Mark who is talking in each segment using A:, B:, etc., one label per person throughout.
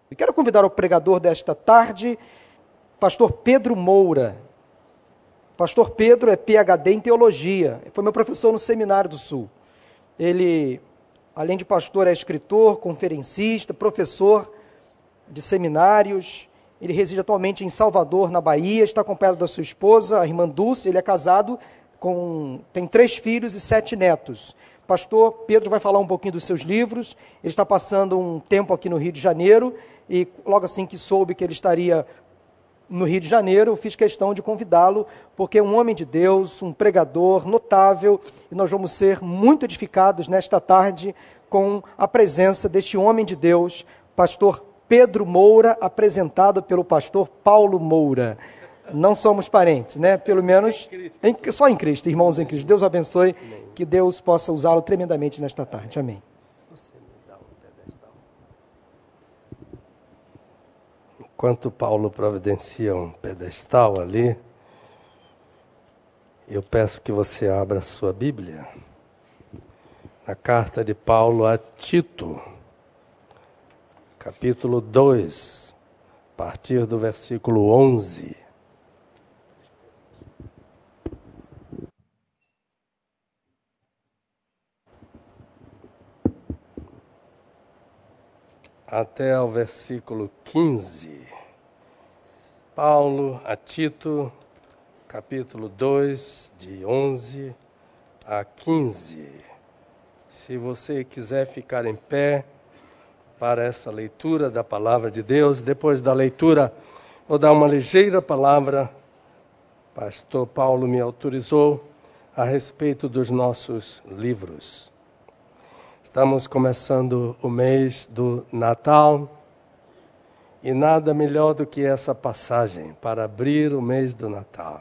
A: E quero convidar o pregador desta tarde, pastor Pedro Moura. Pastor Pedro é PhD em teologia, foi meu professor no Seminário do Sul. Ele, além de pastor, é escritor, conferencista, professor de seminários. Ele reside atualmente em Salvador, na Bahia, está acompanhado da sua esposa, a irmã Dulce. Ele é casado, tem 3 filhos e 7 netos. Pastor Pedro vai falar um pouquinho dos seus livros. Ele está passando um tempo aqui no Rio de Janeiro e logo assim que soube que ele estaria no Rio de Janeiro, eu fiz questão de convidá-lo, porque é um homem de Deus, um pregador notável, e nós vamos ser muito edificados nesta tarde com a presença deste homem de Deus, pastor Pedro Moura, apresentado pelo pastor Paulo Moura. Não somos parentes, né? Pelo menos só em Cristo, irmãos em Cristo. Deus abençoe, que Deus possa usá-lo tremendamente nesta tarde. Amém.
B: Enquanto Paulo providencia um pedestal ali, eu peço que você abra a sua Bíblia, na carta de Paulo a Tito, capítulo 2, a partir do versículo 11. Até ao versículo 15. Paulo a Tito, capítulo 2, de 11 a 15. Se você quiser ficar em pé para essa leitura da palavra de Deus, depois da leitura, vou dar uma ligeira palavra. Pastor Paulo me autorizou a respeito dos nossos livros. Estamos começando o mês do Natal e nada melhor do que essa passagem para abrir o mês do Natal.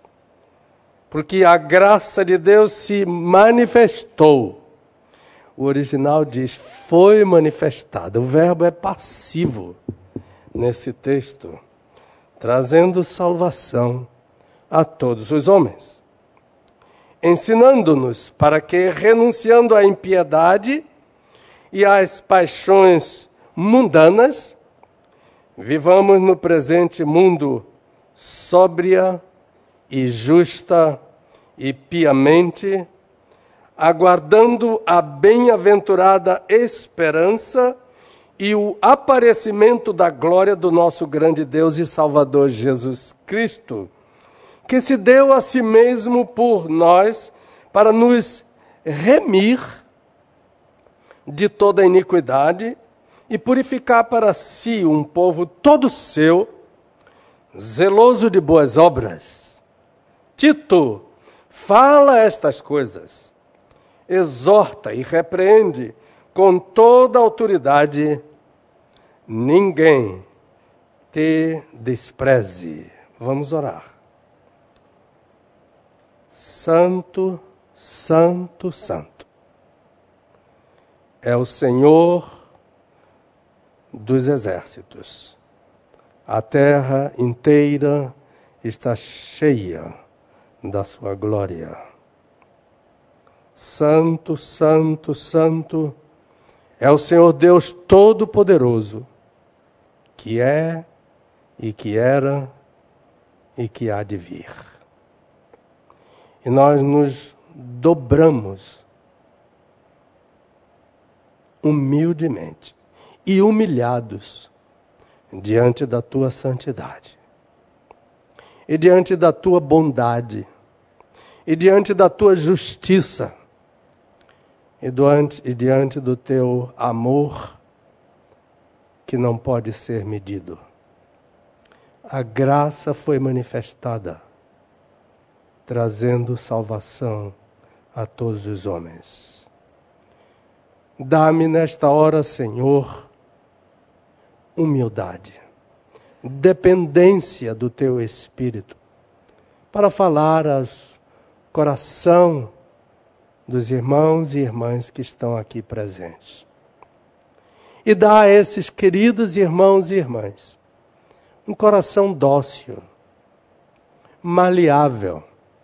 B: Porque a graça de Deus se manifestou. O original diz, foi manifestada. O verbo é passivo nesse texto, trazendo salvação a todos os homens, ensinando-nos para que, renunciando à impiedade e às paixões mundanas, vivamos no presente mundo sóbria e justa e piamente, aguardando a bem-aventurada esperança e o aparecimento da glória do nosso grande Deus e Salvador Jesus Cristo, que se deu a si mesmo por nós para nos remir de toda iniquidade e purificar para si um povo todo seu, zeloso de boas obras. Tito, fala estas coisas, exorta e repreende com toda autoridade, ninguém te despreze. Vamos orar. Santo, santo, santo é o Senhor dos exércitos. A terra inteira está cheia da sua glória. Santo, santo, santo é o Senhor Deus Todo-Poderoso, que é e que era e que há de vir. E nós nos dobramos humildemente e humilhados diante da tua santidade, e diante da tua bondade, e diante da tua justiça, e diante do teu amor que não pode ser medido. A graça foi manifestada, trazendo salvação a todos os homens. Dá-me nesta hora, Senhor, humildade, dependência do teu Espírito, para falar ao coração dos irmãos e irmãs que estão aqui presentes. E dá a esses queridos irmãos e irmãs um coração dócil, maleável,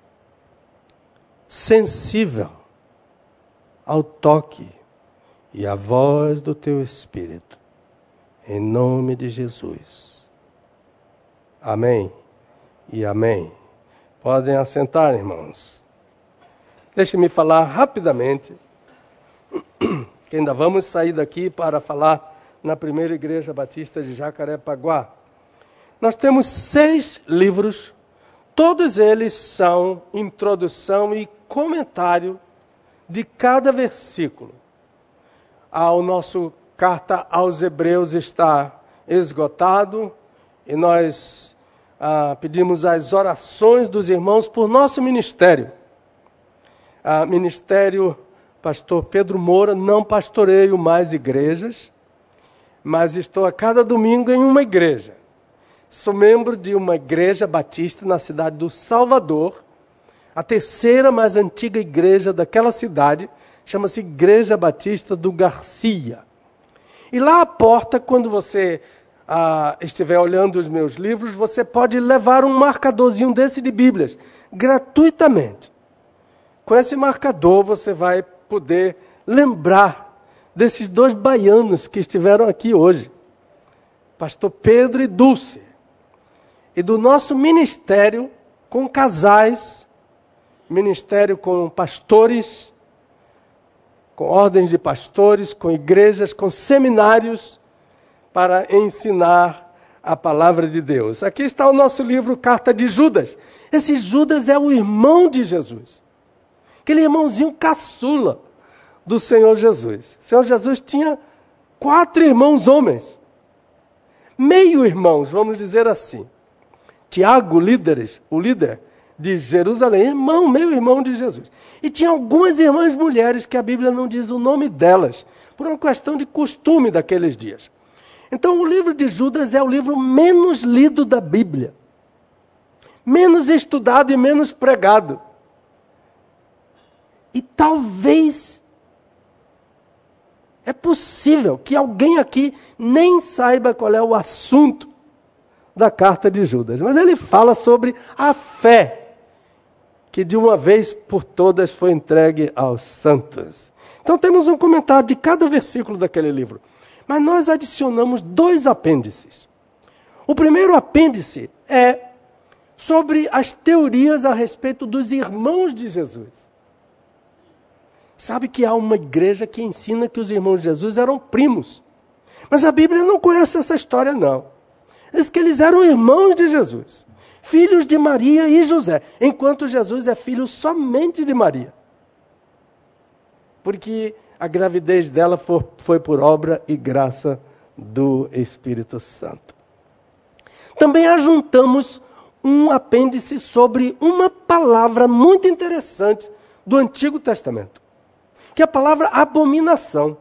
B: sensível ao toque e à voz do teu Espírito, Em nome de Jesus. Amém e amém. Podem assentar, irmãos. Deixe-me falar rapidamente, que ainda vamos sair daqui para falar na primeira igreja batista de Jacarepaguá. Nós temos 6 livros, todos eles são introdução e comentário de cada versículo. O nosso carta aos Hebreus está esgotado e nós pedimos as orações dos irmãos por nosso ministério. Ministério Pastor Pedro Moura, não pastoreio mais igrejas, mas estou a cada domingo em uma igreja. Sou membro de uma igreja batista na cidade do Salvador, a terceira mais antiga igreja daquela cidade, chama-se Igreja Batista do Garcia. E lá à porta, quando você estiver olhando os meus livros, você pode levar um marcadorzinho desse de Bíblias, gratuitamente. Com esse marcador você vai poder lembrar desses 2 baianos que estiveram aqui hoje, Pastor Pedro e Dulce, e do nosso ministério com casais, ministério com pastores, com ordens de pastores, com igrejas, com seminários, para ensinar a palavra de Deus. Aqui está o nosso livro Carta de Judas. Esse Judas é o irmão de Jesus. Aquele irmãozinho caçula do Senhor Jesus. O Senhor Jesus tinha 4 irmãos homens. Meio-irmãos, vamos dizer assim. Tiago, o líder de Jerusalém, meio-irmão de Jesus. E tinha algumas irmãs mulheres que a Bíblia não diz o nome delas, por uma questão de costume daqueles dias. Então, o livro de Judas é o livro menos lido da Bíblia. Menos estudado e menos pregado. E talvez é possível que alguém aqui nem saiba qual é o assunto da carta de Judas. Mas ele fala sobre a fé que de uma vez por todas foi entregue aos santos. Então temos um comentário de cada versículo daquele livro. Mas nós adicionamos 2 apêndices. O primeiro apêndice é sobre as teorias a respeito dos irmãos de Jesus. Sabe que há uma igreja que ensina que os irmãos de Jesus eram primos. Mas a Bíblia não conhece essa história, não. Diz que eles eram irmãos de Jesus, filhos de Maria e José, enquanto Jesus é filho somente de Maria. Porque a gravidez dela foi por obra e graça do Espírito Santo. Também ajuntamos um apêndice sobre uma palavra muito interessante do Antigo Testamento, que é a palavra abominação.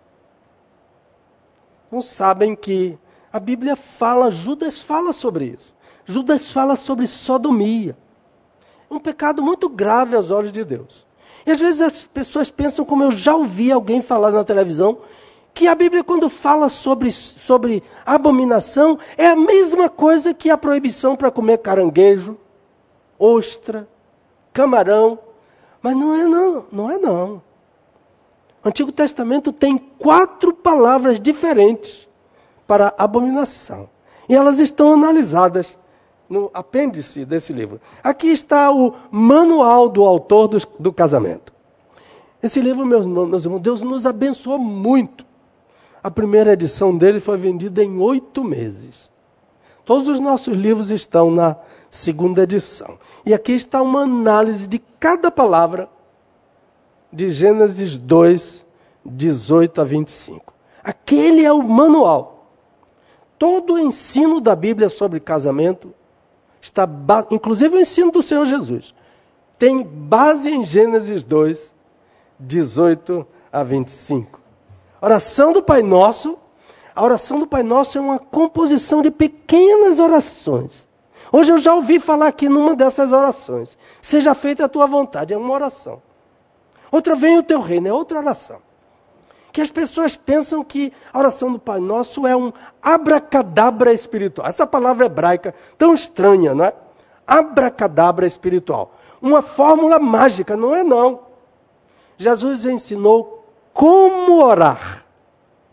B: Não sabem que a Bíblia fala, Judas fala sobre isso. Judas fala sobre sodomia. Um pecado muito grave aos olhos de Deus. E às vezes as pessoas pensam, como eu já ouvi alguém falar na televisão, que a Bíblia, quando fala sobre abominação, é a mesma coisa que a proibição para comer caranguejo, ostra, camarão. Mas não é não, não é não. O Antigo Testamento tem 4 palavras diferentes para abominação. E elas estão analisadas no apêndice desse livro. Aqui está o manual do autor do casamento. Esse livro, meus irmãos, Deus nos abençoou muito. A primeira edição dele foi vendida em 8 meses. Todos os nossos livros estão na segunda edição. E aqui está uma análise de cada palavra de Gênesis 2, 18 a 25. Aquele é o manual. Todo o ensino da Bíblia sobre casamento está, inclusive o ensino do Senhor Jesus, tem base em Gênesis 2, 18 a 25. Oração do Pai Nosso. A oração do Pai Nosso é uma composição de pequenas orações. Hoje eu já ouvi falar aqui numa dessas orações. Seja feita a tua vontade, é uma oração. Outra, venha o teu reino, é outra oração. Que as pessoas pensam que a oração do Pai Nosso é um abracadabra espiritual. Essa palavra hebraica tão estranha, não é? Abracadabra espiritual. Uma fórmula mágica, não é não. Jesus ensinou como orar.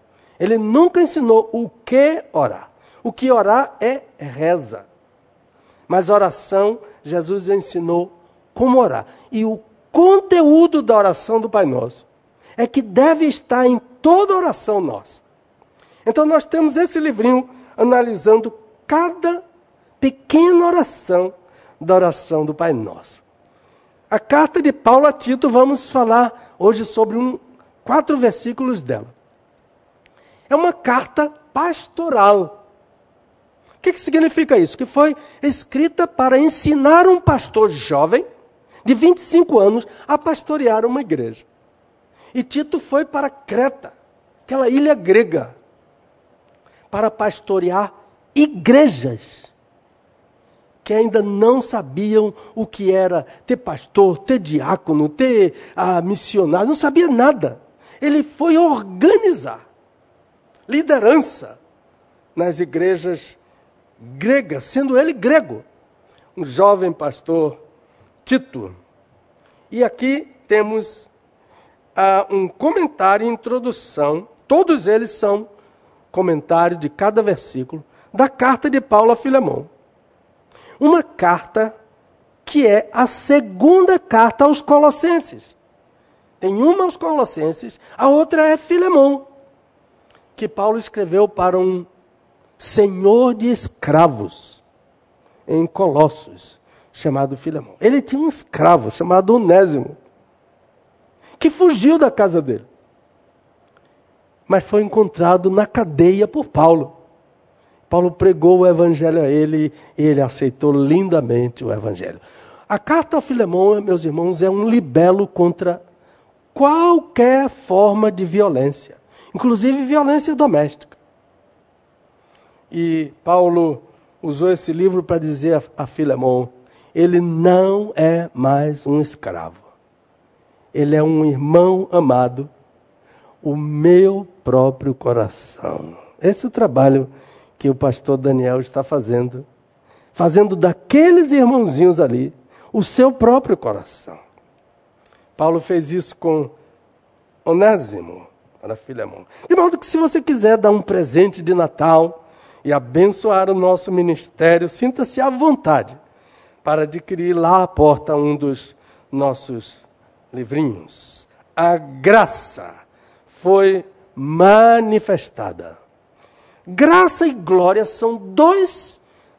B: Ele nunca ensinou o que orar. O que orar é reza. Mas oração, Jesus ensinou como orar. E o conteúdo da oração do Pai Nosso é que deve estar em toda oração nossa. Então nós temos esse livrinho analisando cada pequena oração da oração do Pai Nosso. A carta de Paulo a Tito, vamos falar hoje sobre 4 versículos dela. É uma carta pastoral. O que significa isso? Que foi escrita para ensinar um pastor jovem, de 25 anos, a pastorear uma igreja. E Tito foi para Creta, aquela ilha grega, para pastorear igrejas que ainda não sabiam o que era ter pastor, ter diácono, ter missionário, não sabia nada. Ele foi organizar liderança nas igrejas gregas, sendo ele grego, um jovem pastor Tito. E aqui temos um comentário e introdução, todos eles são comentário de cada versículo, da carta de Paulo a Filemão. Uma carta que é a segunda carta aos Colossenses. Tem uma aos Colossenses, a outra é Filemão, que Paulo escreveu para um senhor de escravos em Colossos, chamado Filemão. Ele tinha um escravo chamado Onésimo, que fugiu da casa dele, mas foi encontrado na cadeia por Paulo. Paulo pregou o evangelho a ele e ele aceitou lindamente o evangelho. A carta ao Filemão, meus irmãos, é um libelo contra qualquer forma de violência, inclusive violência doméstica. E Paulo usou esse livro para dizer a Filemão, ele não é mais um escravo. Ele é um irmão amado, o meu próprio coração. Esse é o trabalho que o pastor Daniel está fazendo daqueles irmãozinhos ali o seu próprio coração. Paulo fez isso com Onésimo para Filemão. De modo que se você quiser dar um presente de Natal e abençoar o nosso ministério, sinta-se à vontade para adquirir lá à porta um dos nossos livrinhos. A graça foi manifestada. Graça e glória são duas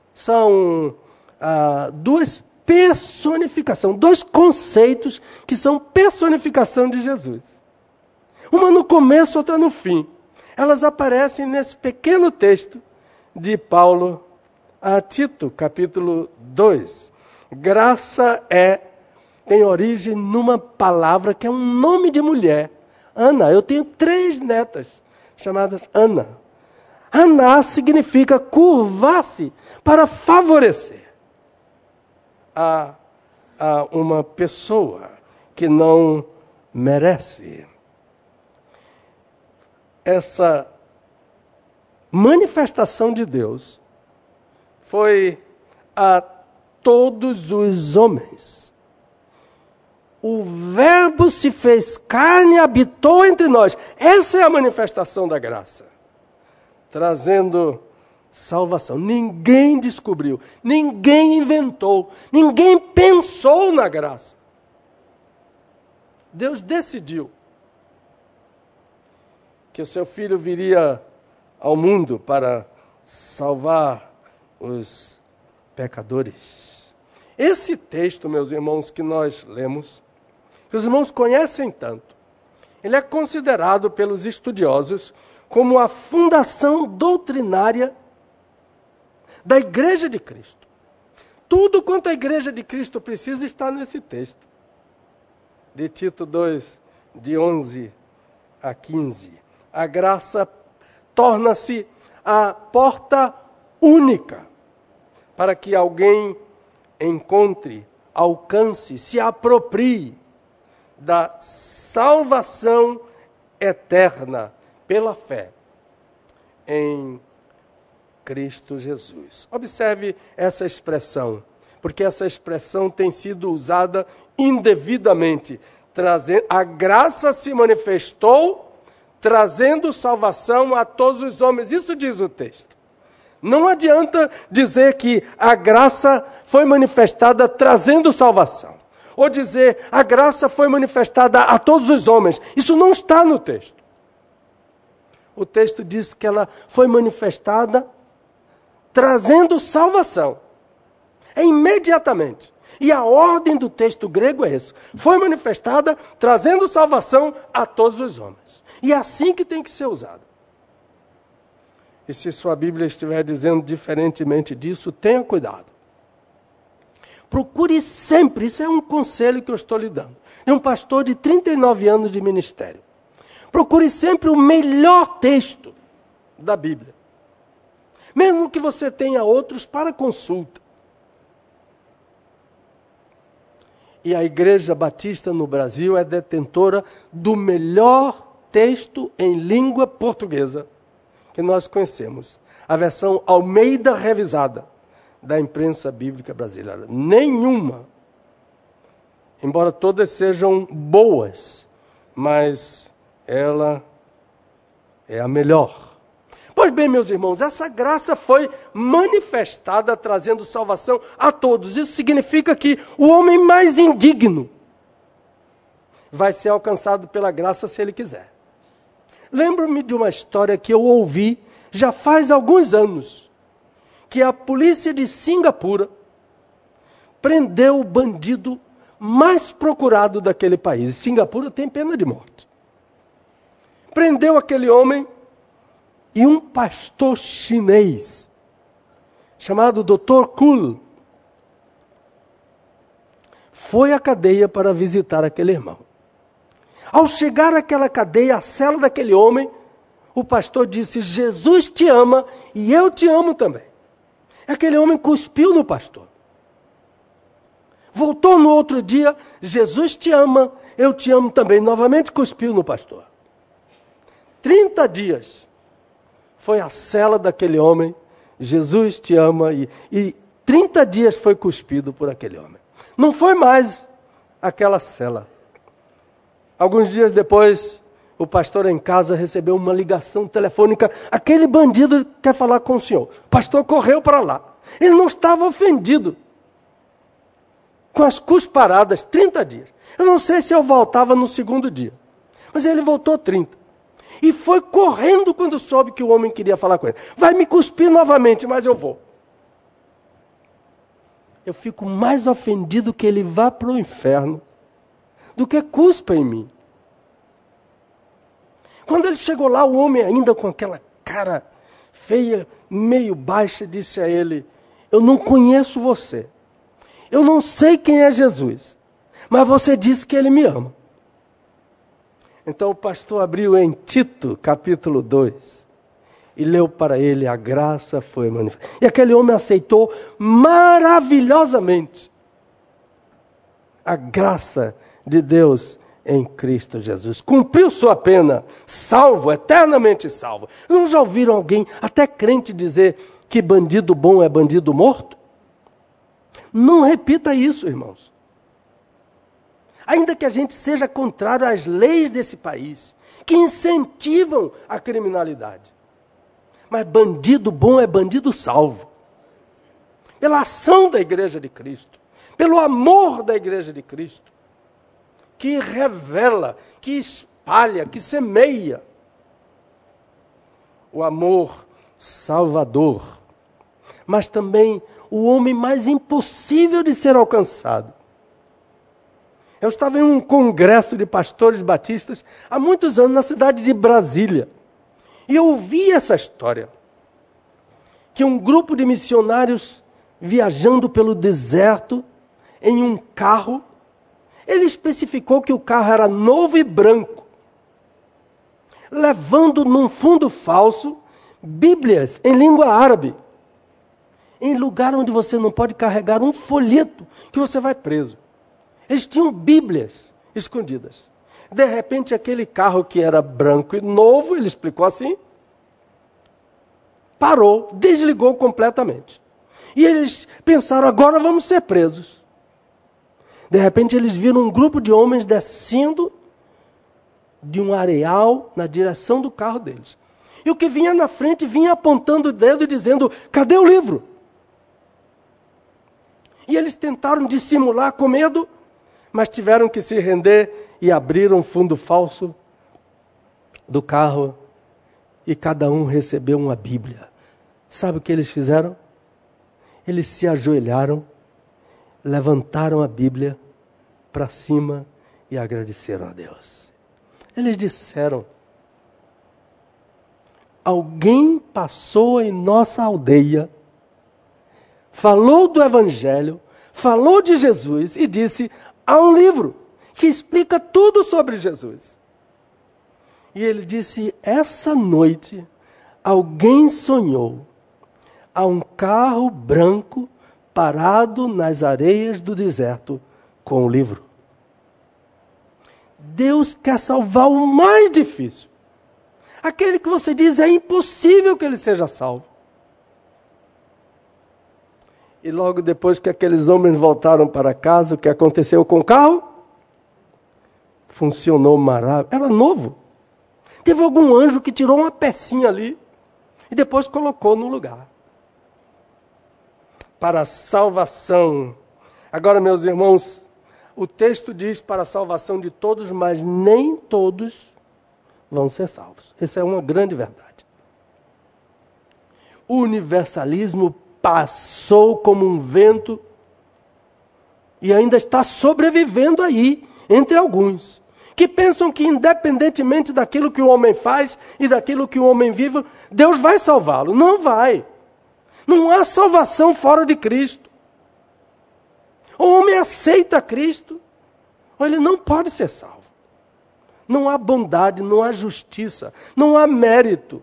B: personificações, 2 conceitos que são personificação de Jesus. Uma no começo, outra no fim. Elas aparecem nesse pequeno texto de Paulo a Tito, capítulo 2. Graça tem origem numa palavra que é um nome de mulher. Ana. Eu tenho 3 netas chamadas Ana. Ana significa curvar-se para favorecer a uma pessoa que não merece. Essa manifestação de Deus foi a todos os homens. O Verbo se fez carne e habitou entre nós. Essa é a manifestação da graça, trazendo salvação. Ninguém descobriu, ninguém inventou, ninguém pensou na graça. Deus decidiu que o seu Filho viria ao mundo para salvar os pecadores. Esse texto, meus irmãos, que nós lemos, que os irmãos conhecem tanto, ele é considerado pelos estudiosos como a fundação doutrinária da Igreja de Cristo. Tudo quanto a Igreja de Cristo precisa está nesse texto. De Tito 2, de 11 a 15. A graça torna-se a porta única para que alguém encontre, alcance, se aproprie da salvação eterna pela fé em Cristo Jesus. Observe essa expressão, porque essa expressão tem sido usada indevidamente. A graça se manifestou trazendo salvação a todos os homens. Isso diz o texto. Não adianta dizer que a graça foi manifestada trazendo salvação. Ou dizer a graça foi manifestada a todos os homens. Isso não está no texto. O texto diz que ela foi manifestada trazendo salvação. É imediatamente. E a ordem do texto grego é essa. Foi manifestada trazendo salvação a todos os homens. E é assim que tem que ser usado. E se sua Bíblia estiver dizendo diferentemente disso, tenha cuidado. Procure sempre, isso é um conselho que eu estou lhe dando, de um pastor de 39 anos de ministério. Procure sempre o melhor texto da Bíblia. Mesmo que você tenha outros para consulta. E a Igreja Batista no Brasil é detentora do melhor texto em língua portuguesa que nós conhecemos. A versão Almeida revisada da imprensa bíblica brasileira. Nenhuma, embora todas sejam boas, mas ela é a melhor. Pois bem, meus irmãos, essa graça foi manifestada trazendo salvação a todos. Isso significa que o homem mais indigno vai ser alcançado pela graça se ele quiser. Lembro-me de uma história que eu ouvi já faz alguns anos, que a polícia de Singapura prendeu o bandido mais procurado daquele país. Singapura tem pena de morte. Prendeu aquele homem e um pastor chinês, chamado Dr. Kul, foi à cadeia para visitar aquele irmão. Ao chegar àquela cadeia, à cela daquele homem, o pastor disse: Jesus te ama e eu te amo também. Aquele homem cuspiu no pastor. Voltou no outro dia: Jesus te ama, eu te amo também. Novamente cuspiu no pastor. 30 dias foi a cela daquele homem: Jesus te ama, e 30 dias foi cuspido por aquele homem. Não foi mais aquela cela. Alguns dias depois, o pastor em casa recebeu uma ligação telefônica: aquele bandido quer falar com o senhor. O pastor correu para lá. Ele não estava ofendido com as cusparadas 30 dias. Eu não sei se eu voltava no segundo dia, mas ele voltou 30. E foi correndo quando soube que o homem queria falar com ele. Vai me cuspir novamente, mas eu vou. Eu fico mais ofendido que ele vá para o inferno do que cuspa em mim. Quando ele chegou lá, o homem ainda com aquela cara feia, meio baixa, disse a ele: eu não conheço você. Eu não sei quem é Jesus, mas você disse que ele me ama. Então o pastor abriu em Tito, capítulo 2, e leu para ele: a graça foi manifestada. E aquele homem aceitou maravilhosamente a graça de Deus em Cristo Jesus. Cumpriu sua pena, salvo, eternamente salvo. Não já ouviram alguém, até crente, dizer que bandido bom é bandido morto? Não repita isso, irmãos. Ainda que a gente seja contrário às leis desse país, que incentivam a criminalidade. Mas bandido bom é bandido salvo. Pela ação da Igreja de Cristo, pelo amor da Igreja de Cristo, que revela, que espalha, que semeia o amor salvador, mas também o homem mais impossível de ser alcançado. Eu estava em um congresso de pastores batistas há muitos anos na cidade de Brasília, e eu ouvi essa história, que um grupo de missionários viajando pelo deserto em um carro, ele especificou que o carro era novo e branco, levando num fundo falso Bíblias em língua árabe, em lugar onde você não pode carregar um folheto, que você vai preso. Eles tinham Bíblias escondidas. De repente, aquele carro que era branco e novo, ele explicou assim, parou, desligou completamente. E eles pensaram: agora vamos ser presos. De repente, eles viram um grupo de homens descendo de um areal na direção do carro deles. E o que vinha na frente vinha apontando o dedo e dizendo, cadê o livro? E eles tentaram dissimular com medo, mas tiveram que se render e abriram o fundo falso do carro e cada um recebeu uma Bíblia. Sabe o que eles fizeram? Eles se ajoelharam, levantaram a Bíblia para cima e agradeceram a Deus. Eles disseram, alguém passou em nossa aldeia, falou do Evangelho, falou de Jesus e disse, há um livro que explica tudo sobre Jesus. E ele disse, essa noite alguém sonhou, há um carro branco parado nas areias do deserto com o livro. Deus quer salvar o mais difícil. Aquele que você diz é impossível que ele seja salvo. E logo depois que aqueles homens voltaram para casa, o que aconteceu com o carro? Funcionou maravilhoso. Era novo. Teve algum anjo que tirou uma pecinha ali e depois colocou no lugar. Para a salvação. Agora, meus irmãos, o texto diz para a salvação de todos, mas nem todos vão ser salvos. Essa é uma grande verdade. O universalismo passou como um vento e ainda está sobrevivendo aí, entre alguns, que pensam que independentemente daquilo que o homem faz e daquilo que o homem vive, Deus vai salvá-lo. Não vai. Não há salvação fora de Cristo. O homem aceita Cristo, ou ele não pode ser salvo. Não há bondade, não há justiça, não há mérito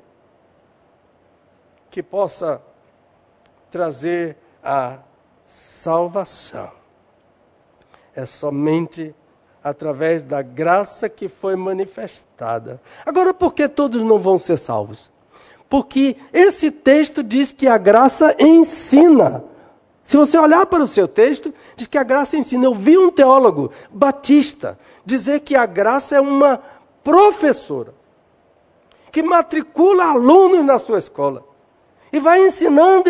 B: que possa trazer a salvação. É somente através da graça que foi manifestada. Agora, por que todos não vão ser salvos? Porque esse texto diz que a graça ensina. Se você olhar para o seu texto, diz que a graça ensina. Eu vi um teólogo batista dizer que a graça é uma professora que matricula alunos na sua escola e vai ensinando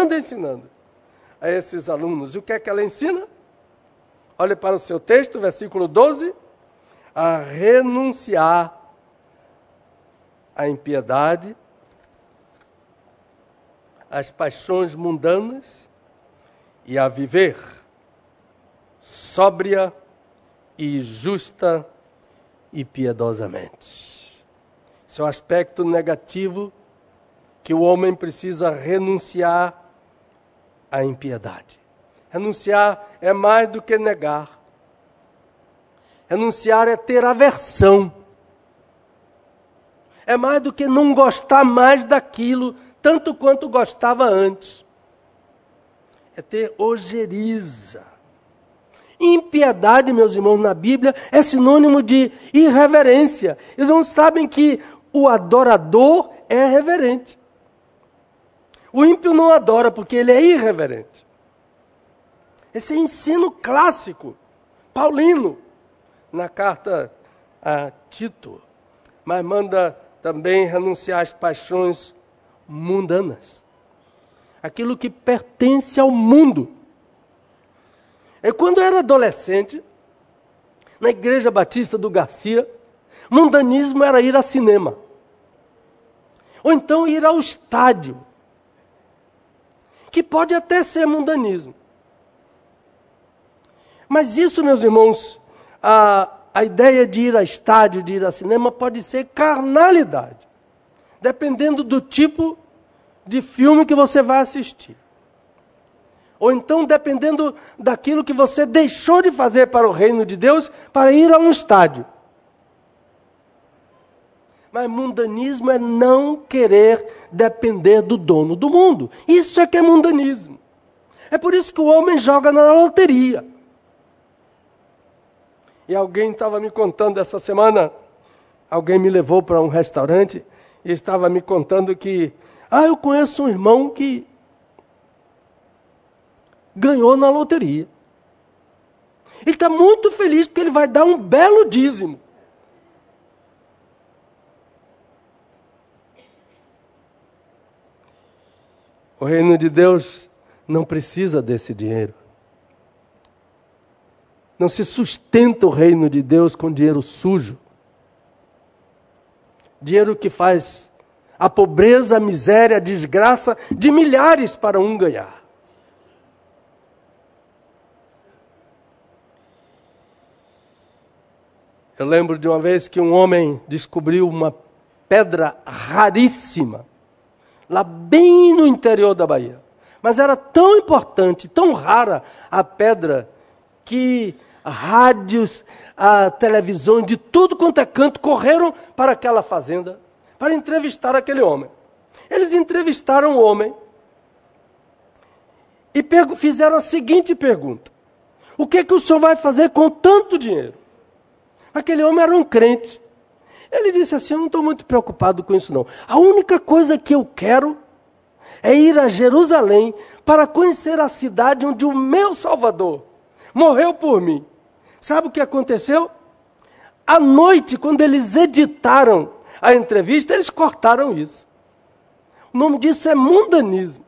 B: a esses alunos. E o que é que ela ensina? Olhe para o seu texto, versículo 12. A renunciar à impiedade, às paixões mundanas e a viver sóbria e justa e piedosamente. Esse é o aspecto negativo que o homem precisa renunciar à impiedade. Renunciar é mais do que negar. Renunciar é ter aversão. É mais do que não gostar mais daquilo, tanto quanto gostava antes. É ter ojeriza. Impiedade, meus irmãos, na Bíblia é sinônimo de irreverência. Eles não sabem que o adorador é reverente. O ímpio não adora porque ele é irreverente. Esse é ensino clássico, paulino, na carta a Tito. Mas manda também renunciar às paixões mundanas. Aquilo que pertence ao mundo. Quando eu era adolescente, na Igreja Batista do Garcia, mundanismo era ir ao cinema. Ou então ir ao estádio. Que pode até ser mundanismo. Mas isso, meus irmãos, a ideia de ir a estádio, de ir a cinema, pode ser carnalidade. Dependendo do tipo de filme que você vai assistir. Ou então, dependendo daquilo que você deixou de fazer para o reino de Deus, para ir a um estádio. Mas mundanismo é não querer depender do dono do mundo. Isso é que é mundanismo. É por isso que o homem joga na loteria. E alguém estava me contando essa semana, alguém me levou para um restaurante e estava me contando que, eu conheço um irmão que ganhou na loteria. Ele está muito feliz porque ele vai dar um belo dízimo. O reino de Deus não precisa desse dinheiro. Não se sustenta o reino de Deus com dinheiro sujo. Dinheiro que faz a pobreza, a miséria, a desgraça de milhares para um ganhar. Eu lembro de uma vez que um homem descobriu uma pedra raríssima, lá bem no interior da Bahia. Mas era tão importante, tão rara a pedra, que rádios, a televisão, de tudo quanto é canto, correram para aquela fazenda para entrevistar aquele homem. Eles entrevistaram o homem e fizeram a seguinte pergunta: o que o senhor vai fazer com tanto dinheiro? Aquele homem era um crente. Ele disse assim: eu não estou muito preocupado com isso não. A única coisa que eu quero é ir a Jerusalém para conhecer a cidade onde o meu Salvador morreu por mim. Sabe o que aconteceu? À noite, quando eles editaram a entrevista, eles cortaram isso. O nome disso é mundanismo.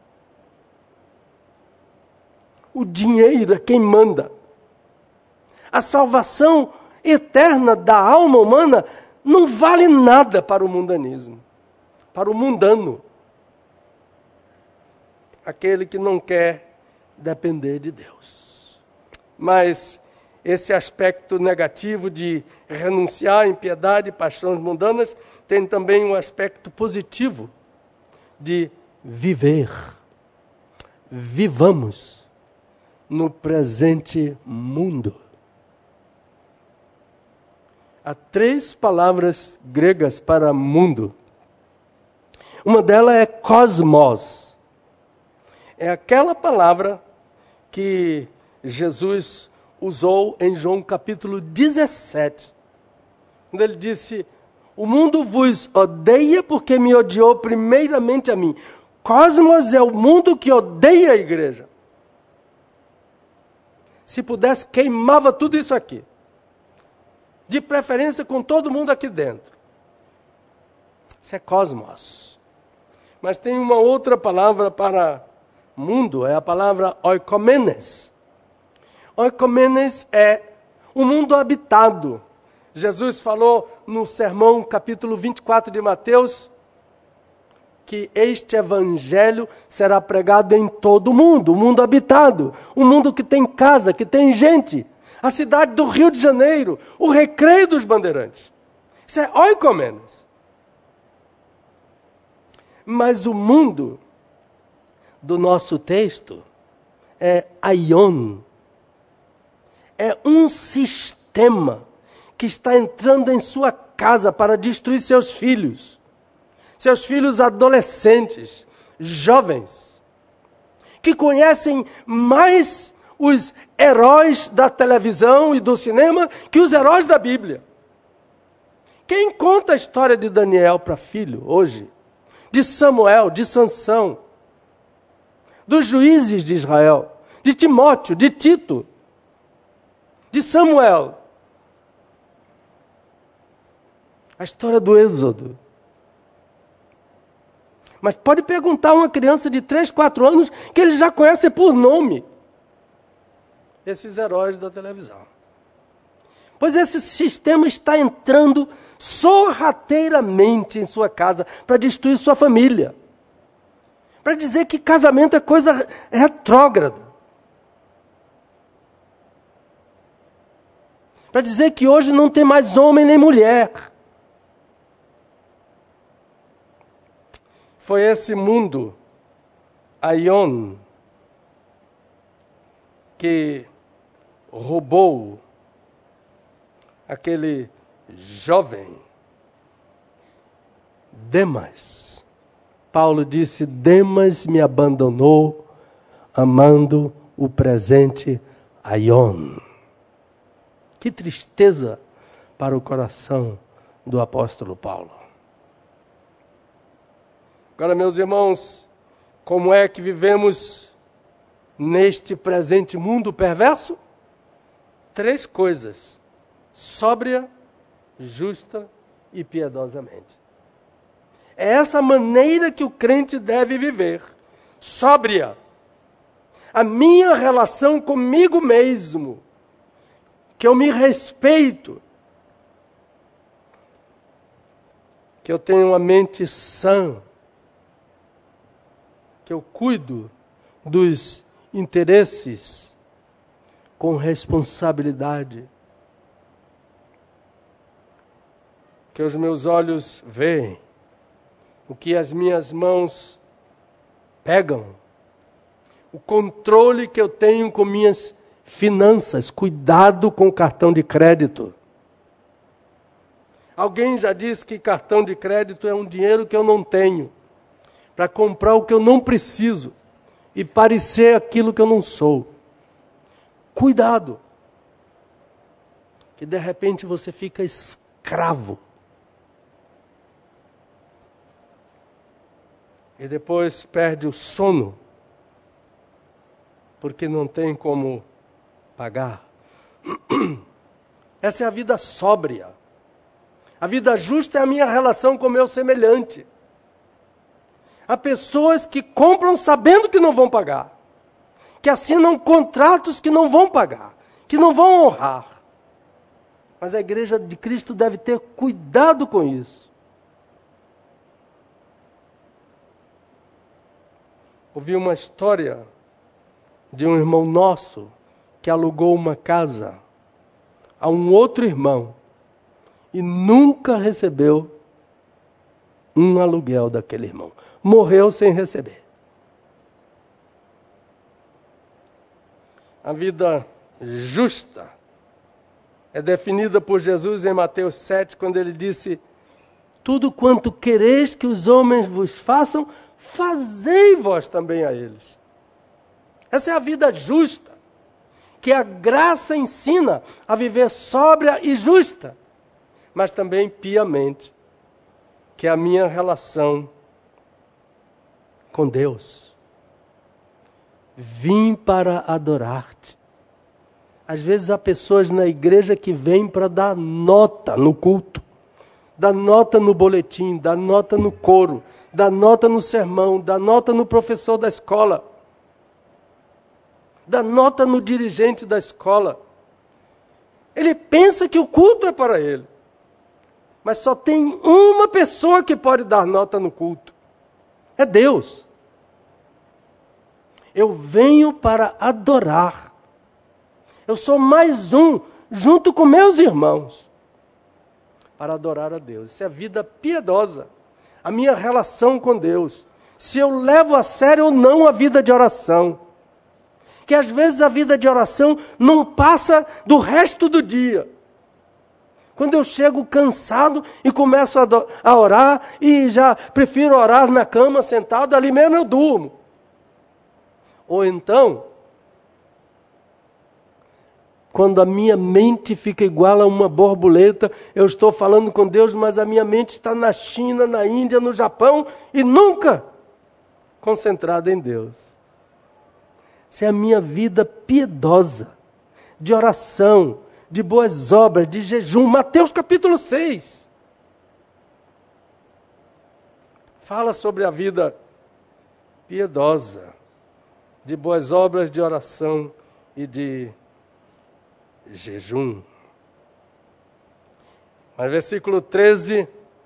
B: O dinheiro é quem manda. A salvação eterna da alma humana não vale nada para o mundanismo, para o mundano. Aquele que não quer depender de Deus. Mas esse aspecto negativo de renunciar à impiedade e paixões mundanas tem também um aspecto positivo de viver. Vivamos no presente mundo. Há 3 palavras gregas para mundo. Uma delas é cosmos. É aquela palavra que Jesus usou em João capítulo 17. Quando ele disse: o mundo vos odeia porque me odiou primeiramente a mim. Cosmos é o mundo que odeia a igreja. Se pudesse, queimava tudo isso aqui. De preferência com todo mundo aqui dentro. Isso é cosmos. Mas tem uma outra palavra para mundo, é a palavra oikomenes. Oikomenes é o mundo habitado. Jesus falou no sermão capítulo 24 de Mateus que este evangelho será pregado em todo o mundo habitado, um mundo que tem casa, que tem gente. A cidade do Rio de Janeiro, o Recreio dos Bandeirantes. Isso é oikomenes. Mas o mundo do nosso texto é aion. É um sistema que está entrando em sua casa para destruir seus filhos adolescentes, jovens, que conhecem mais os heróis da televisão e do cinema que os heróis da Bíblia. Quem conta a história de Daniel para filho hoje? De Samuel, de Sansão, dos juízes de Israel, de Timóteo, de Tito, de Samuel. A história do Êxodo. Mas pode perguntar a uma criança de 3, 4 anos que ele já conhece por nome esses heróis da televisão. Pois esse sistema está entrando sorrateiramente em sua casa para destruir sua família. Para dizer que casamento é coisa retrógrada. Para dizer que hoje não tem mais homem nem mulher. Foi esse mundo, aion, que roubou aquele jovem Demas. Paulo disse: Demas me abandonou, amando o presente aion. Que tristeza para o coração do apóstolo Paulo. Agora, meus irmãos, como é que vivemos neste presente mundo perverso? 3 coisas: sóbria, justa e piedosamente. É essa maneira que o crente deve viver. sóbria. A minha relação comigo mesmo, que eu me respeito, que eu tenho uma mente sã, que eu cuido dos interesses com responsabilidade, que os meus olhos veem, o que as minhas mãos pegam, o controle que eu tenho com minhas finanças, cuidado com o cartão de crédito. Alguém já disse que cartão de crédito é um dinheiro que eu não tenho, para comprar o que eu não preciso e parecer aquilo que eu não sou. Cuidado, que de repente você fica escravo. E depois perde o sono, porque não tem como pagar. Essa é a vida sóbria. A vida justa é a minha relação com o meu semelhante. Há pessoas que compram sabendo que não vão pagar, que assinam contratos que não vão pagar, que não vão honrar. Mas a igreja de Cristo deve ter cuidado com isso. Ouvi uma história de um irmão nosso que alugou uma casa a um outro irmão e nunca recebeu um aluguel daquele irmão. Morreu sem receber. A vida justa é definida por Jesus em Mateus 7, quando ele disse: tudo quanto quereis que os homens vos façam, fazei vós também a eles. Essa é a vida justa, que a graça ensina a viver sóbria e justa, mas também piamente, que é a minha relação com Deus. Vim para adorar-te. Às vezes há pessoas na igreja que vêm para dar nota no culto, dar nota no boletim, dar nota no coro, dar nota no sermão, dar nota no professor da escola, dar nota no dirigente da escola. Ele pensa que o culto é para ele. Mas só tem uma pessoa que pode dar nota no culto. É Deus. Eu venho para adorar. Eu sou mais um, junto com meus irmãos, para adorar a Deus. Isso é vida piedosa. A minha relação com Deus. Se eu levo a sério ou não a vida de oração. Que às vezes a vida de oração não passa do resto do dia. Quando eu chego cansado e começo a orar, e já prefiro orar na cama, sentado, ali mesmo eu durmo. Ou então, quando a minha mente fica igual a uma borboleta, eu estou falando com Deus, mas a minha mente está na China, na Índia, no Japão, e nunca concentrada em Deus. Essa é a minha vida piedosa, de oração, de boas obras, de jejum. Mateus capítulo 6. Fala sobre a vida piedosa, de boas obras, de oração e de jejum. Mas versículo 13,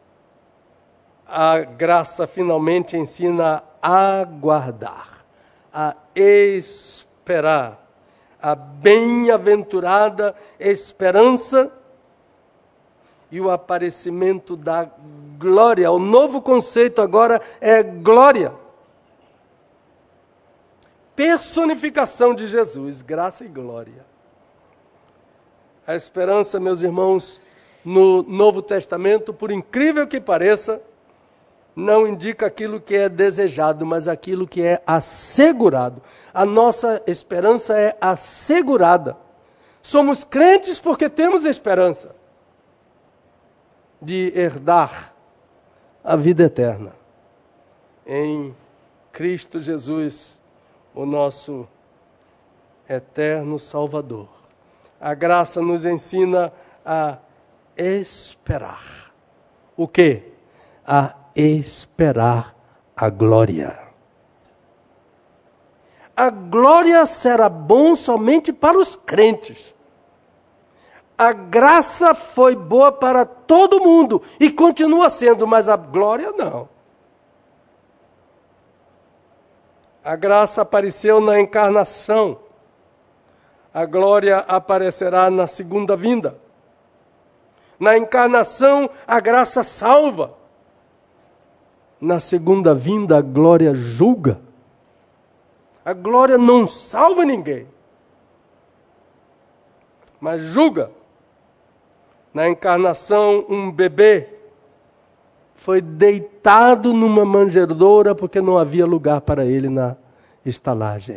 B: a graça finalmente ensina a aguardar, a esperar. A bem-aventurada esperança e o aparecimento da glória. O novo conceito agora é glória. Personificação de Jesus, graça e glória. A esperança, meus irmãos, no Novo Testamento, por incrível que pareça, não indica aquilo que é desejado, mas aquilo que é assegurado. A nossa esperança é assegurada. Somos crentes porque temos esperança de herdar a vida eterna em Cristo Jesus, o nosso eterno Salvador. A graça nos ensina a esperar. O quê? A esperar a glória. A glória será bom somente para os crentes. A graça foi boa para todo mundo e continua sendo, mas a glória não. A graça apareceu na encarnação. A glória aparecerá na segunda vinda. Na encarnação, a graça salva. Na segunda vinda, a glória julga. A glória não salva ninguém, mas julga. Na encarnação, um bebê foi deitado numa manjedoura porque não havia lugar para ele na estalagem.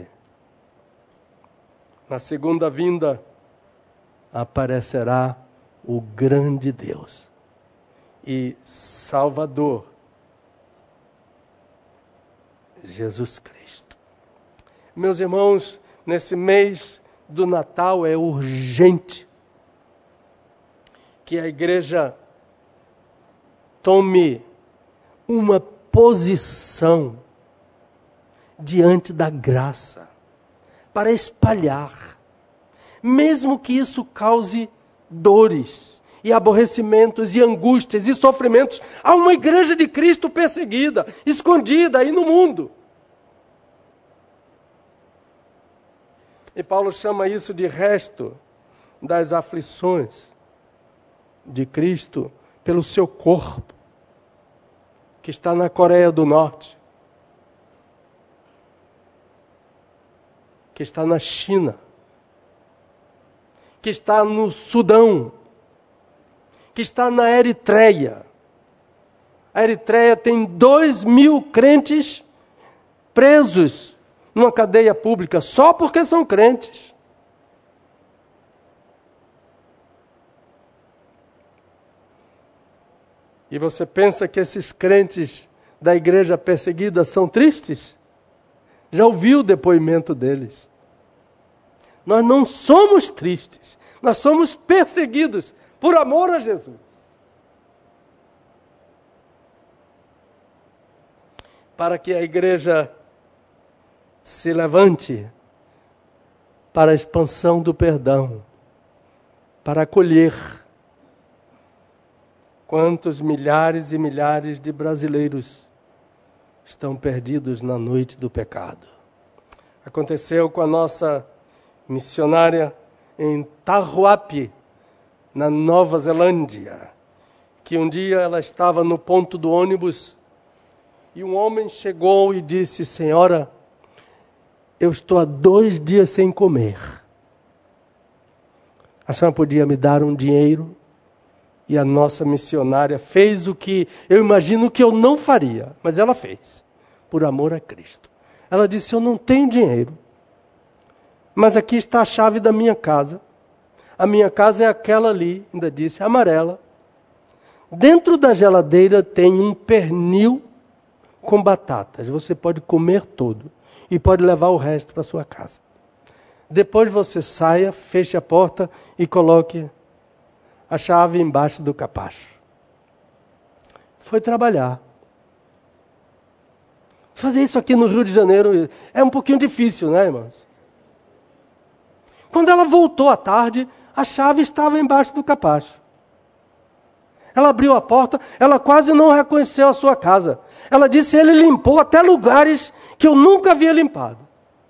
B: Na segunda vinda, aparecerá o grande Deus e Salvador, Jesus Cristo. Meus irmãos, nesse mês do Natal é urgente que a igreja tome uma posição diante da graça para espalhar, mesmo que isso cause dores e aborrecimentos e angústias e sofrimentos a uma igreja de Cristo perseguida, escondida aí no mundo. E Paulo chama isso de resto das aflições de Cristo pelo seu corpo, que está na Coreia do Norte, que está na China, que está no Sudão, que está na Eritreia. A Eritreia tem 2.000 crentes presos numa cadeia pública, só porque são crentes. E você pensa que esses crentes da igreja perseguida são tristes? Já ouviu o depoimento deles? Nós não somos tristes, nós somos perseguidos por amor a Jesus. Para que a igreja se levante para a expansão do perdão, para acolher quantos milhares e milhares de brasileiros estão perdidos na noite do pecado. Aconteceu com a nossa missionária em Tarhuape, na Nova Zelândia, que um dia ela estava no ponto do ônibus e um homem chegou e disse: senhora, eu estou há 2 dias sem comer. A senhora podia me dar um dinheiro? E a nossa missionária fez o que eu imagino que eu não faria, mas ela fez, por amor a Cristo. Ela disse: eu não tenho dinheiro, mas aqui está a chave da minha casa. A minha casa é aquela ali, ainda disse, amarela. Dentro da geladeira tem um pernil com batatas. Você pode comer todo e pode levar o resto para sua casa. Depois você saia, feche a porta e coloque a chave embaixo do capacho. Foi trabalhar. Fazer isso aqui no Rio de Janeiro é um pouquinho difícil, né, irmãos? Quando ela voltou à tarde, a chave estava embaixo do capacho. Ela abriu a porta, ela quase não reconheceu a sua casa. Ela disse: ele limpou até lugares que eu nunca havia limpado.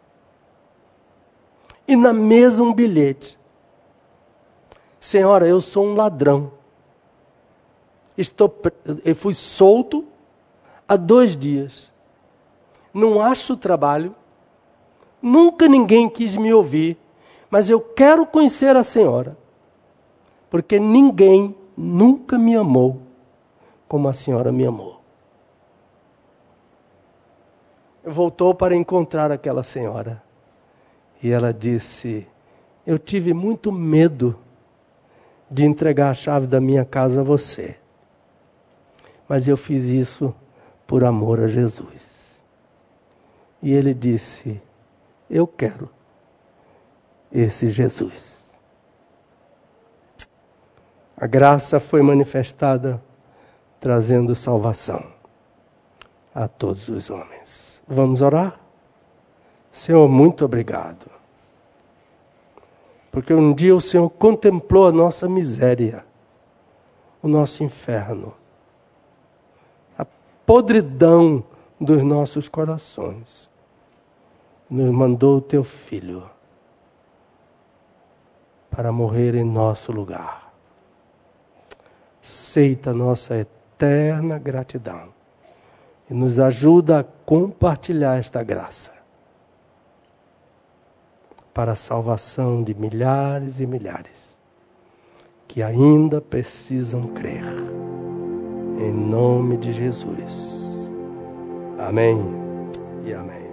B: E na mesa um bilhete: senhora, eu sou um ladrão. Eu fui solto há 2 dias. Não acho trabalho. Nunca ninguém quis me ouvir. Mas eu quero conhecer a senhora. Porque ninguém nunca me amou como a senhora me amou. Voltou para encontrar aquela senhora. E ela disse: eu tive muito medo de entregar a chave da minha casa a você. Mas eu fiz isso por amor a Jesus. E ele disse: eu quero esse Jesus. A graça foi manifestada trazendo salvação a todos os homens. Vamos orar? Senhor, muito obrigado. Porque um dia o Senhor contemplou a nossa miséria, o nosso inferno, a podridão dos nossos corações. Nos mandou o teu Filho para morrer em nosso lugar. Aceita a nossa eterna gratidão e nos ajuda a compartilhar esta graça para a salvação de milhares e milhares que ainda precisam crer. Em nome de Jesus. Amém e amém.